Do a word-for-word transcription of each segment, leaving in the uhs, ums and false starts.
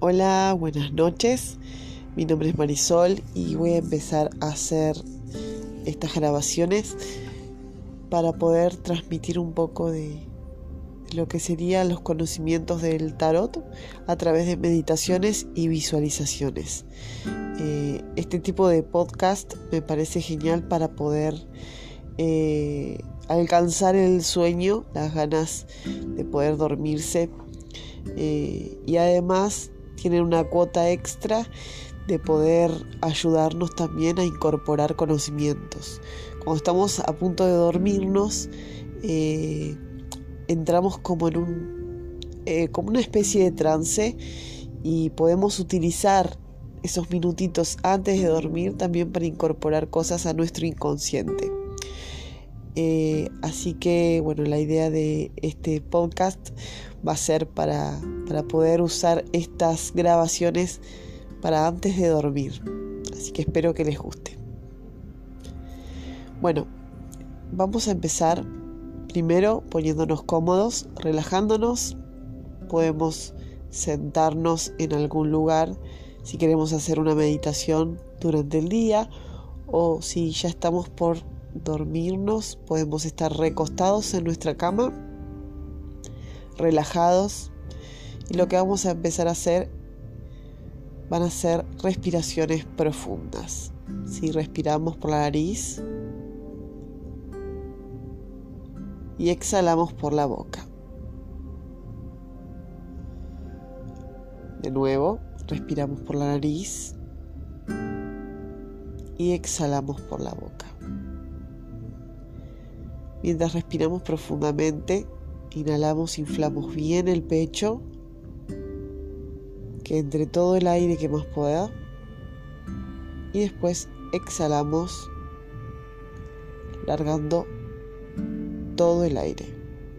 Hola, buenas noches. Mi nombre es Marisol y voy a empezar a hacer estas grabaciones para poder transmitir un poco de lo que serían los conocimientos del tarot a través de meditaciones y visualizaciones. Eh, este tipo de podcast me parece genial para poder eh, alcanzar el sueño, las ganas de poder dormirse eh, y además tienen una cuota extra de poder ayudarnos también a incorporar conocimientos. Cuando estamos a punto de dormirnos, eh, entramos como en un, eh, como una especie de trance y podemos utilizar esos minutitos antes de dormir también para incorporar cosas a nuestro inconsciente. Eh, así que bueno, la idea de este podcast va a ser para, para poder usar estas grabaciones para antes de dormir. Así que espero que les guste. Bueno, vamos a empezar primero poniéndonos cómodos, relajándonos. Podemos sentarnos en algún lugar si queremos hacer una meditación durante el día, o si ya estamos por dormirnos, podemos estar recostados en nuestra cama, relajados, y lo que vamos a empezar a hacer van a ser respiraciones profundas. Si respiramos por la nariz y exhalamos por la boca. De nuevo, respiramos por la nariz y exhalamos por la boca. Mientras respiramos profundamente, inhalamos, inflamos bien el pecho, que entre todo el aire que más pueda, y después exhalamos, largando todo el aire.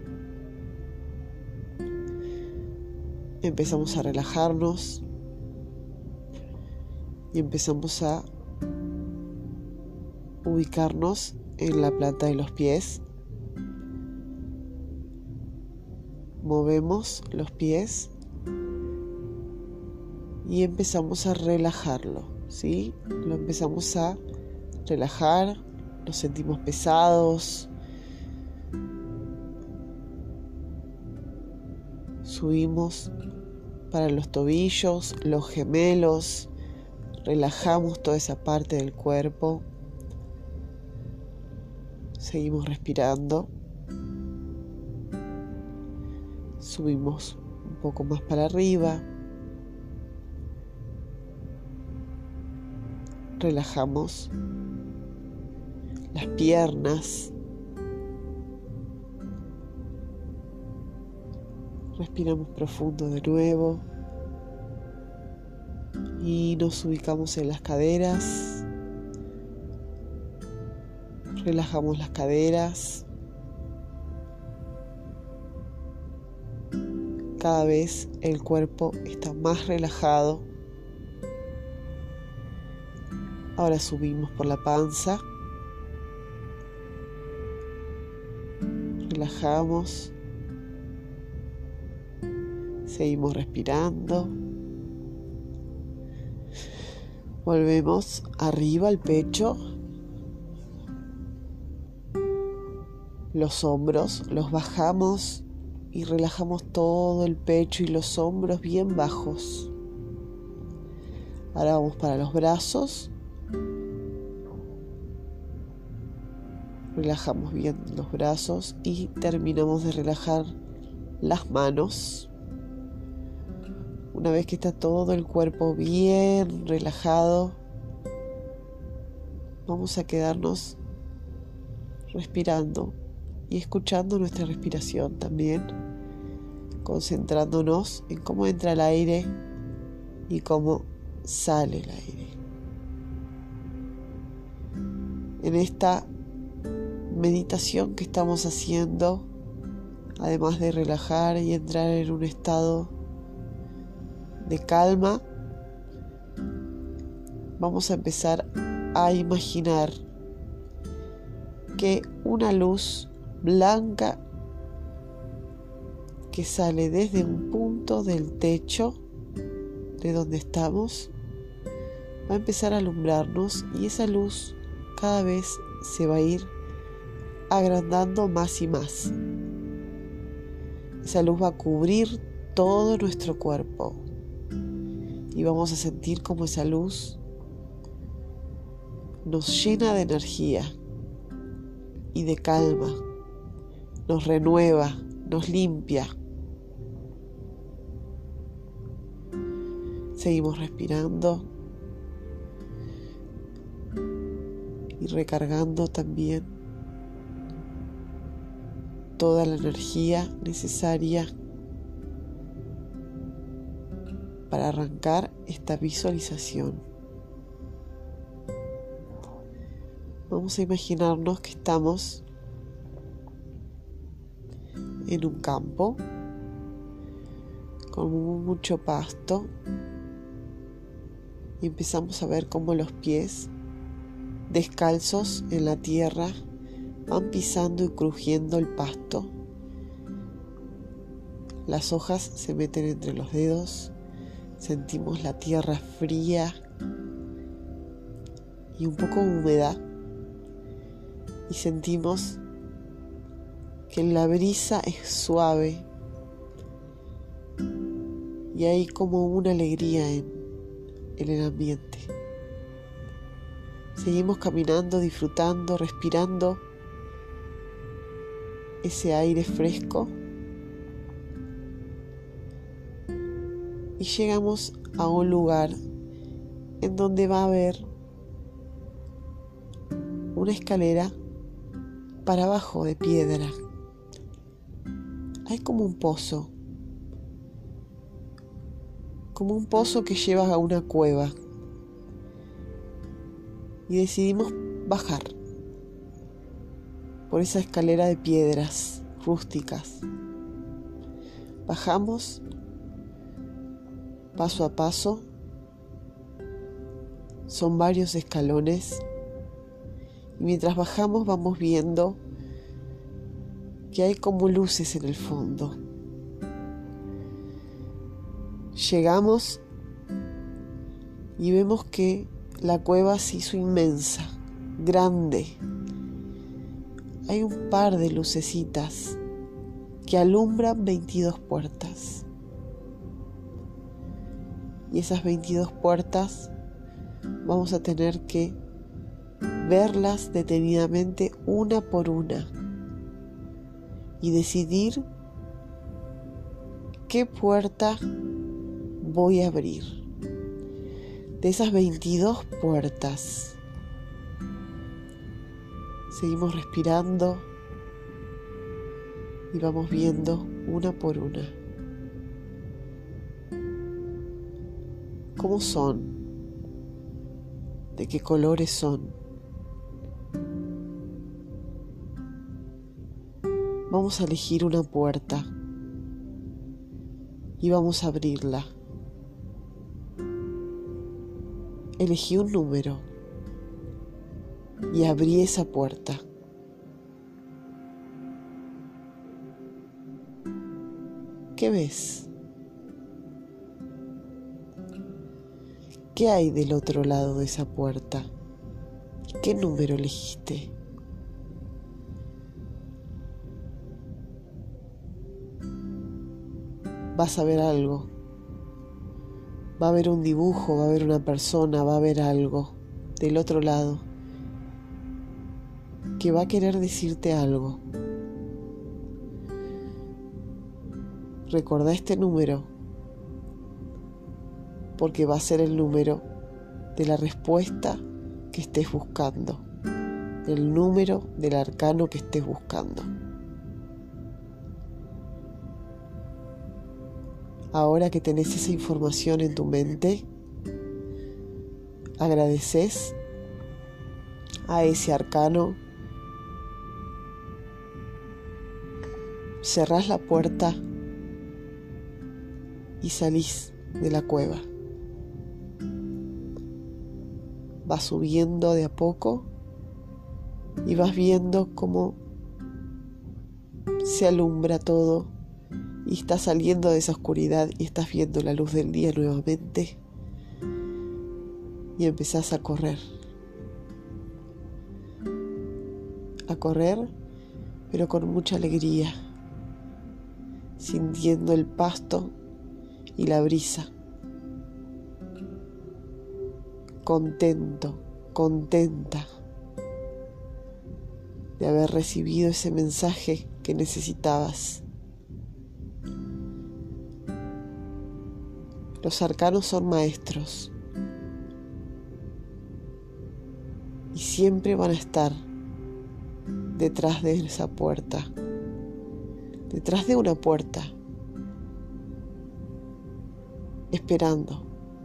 Empezamos a relajarnos y empezamos a ubicarnos en la planta de los pies. Movemos los pies y empezamos a relajarlo, ¿sí? Lo empezamos a relajar, los sentimos pesados. Subimos para los tobillos, los gemelos, relajamos toda esa parte del cuerpo. Seguimos respirando. Subimos un poco más para arriba. Relajamos las piernas. Respiramos profundo de nuevo. Y nos ubicamos en las caderas. Relajamos las caderas. Cada vez el cuerpo está más relajado. Ahora subimos por la panza. Relajamos. Seguimos respirando. Volvemos arriba al pecho. Los hombros los bajamos y relajamos todo el pecho y los hombros bien bajos. Ahora vamos para los brazos. Relajamos bien los brazos y terminamos de relajar las manos. Una vez que está todo el cuerpo bien relajado, vamos a quedarnos respirando y escuchando nuestra respiración también, concentrándonos en cómo entra el aire y cómo sale el aire. En esta meditación que estamos haciendo, además de relajar y entrar en un estado de calma, vamos a empezar a imaginar que una luz blanca que sale desde un punto del techo de donde estamos va a empezar a alumbrarnos y esa luz cada vez se va a ir agrandando más y más. Esa luz va a cubrir todo nuestro cuerpo y vamos a sentir como esa luz nos llena de energía y de calma, nos renueva, nos limpia. Seguimos respirando y recargando también toda la energía necesaria para arrancar esta visualización. Vamos a imaginarnos que estamos en un campo con mucho pasto y empezamos a ver cómo los pies descalzos en la tierra van pisando y crujiendo el pasto. Las hojas se meten entre los dedos, sentimos la tierra fría y un poco húmeda y sentimos que la brisa es suave y hay como una alegría en, en el ambiente. Seguimos caminando, disfrutando, respirando ese aire fresco y llegamos a un lugar en donde va a haber una escalera para abajo de piedra. Hay como un pozo, como un pozo que lleva a una cueva y decidimos bajar por esa escalera de piedras rústicas. Bajamos paso a paso, son varios escalones y mientras bajamos vamos viendo que hay como luces en el fondo. Llegamos y vemos que la cueva se hizo inmensa, grande. Hay un par de lucecitas que alumbran veintidós puertas. Y esas veintidós puertas vamos a tener que verlas detenidamente una por una y decidir qué puerta voy a abrir. De esas veintidós puertas, seguimos respirando y vamos viendo una por una. ¿Cómo son? ¿De qué colores son? Vamos a elegir una puerta y vamos a abrirla. Elegí un número y abrí esa puerta. ¿Qué ves? ¿Qué hay del otro lado de esa puerta? ¿Qué número elegiste? Vas a ver algo. Va a haber un dibujo, va a haber una persona, va a haber algo del otro lado que va a querer decirte algo. Recordá este número porque va a ser el número de la respuesta que estés buscando, el número del arcano que estés buscando. Ahora que tenés esa información en tu mente, agradeces a ese arcano, cerrás la puerta y salís de la cueva. Vas subiendo de a poco y vas viendo cómo se alumbra todo y estás saliendo de esa oscuridad y estás viendo la luz del día nuevamente y empezás a correr. A correr, pero con mucha alegría, sintiendo el pasto y la brisa. Contento, contenta de haber recibido ese mensaje que necesitabas. Los arcanos son maestros y siempre van a estar detrás de esa puerta, detrás de una puerta, esperando.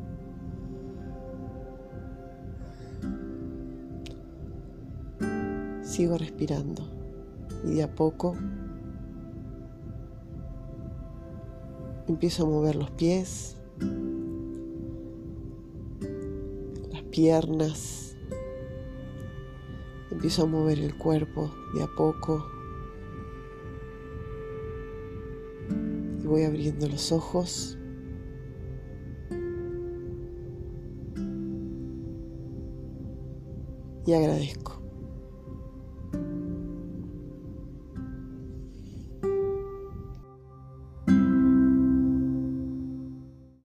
Sigo respirando y de a poco empiezo a mover los pies, las piernas, empiezo a mover el cuerpo de a poco y voy abriendo los ojos. Y agradezco.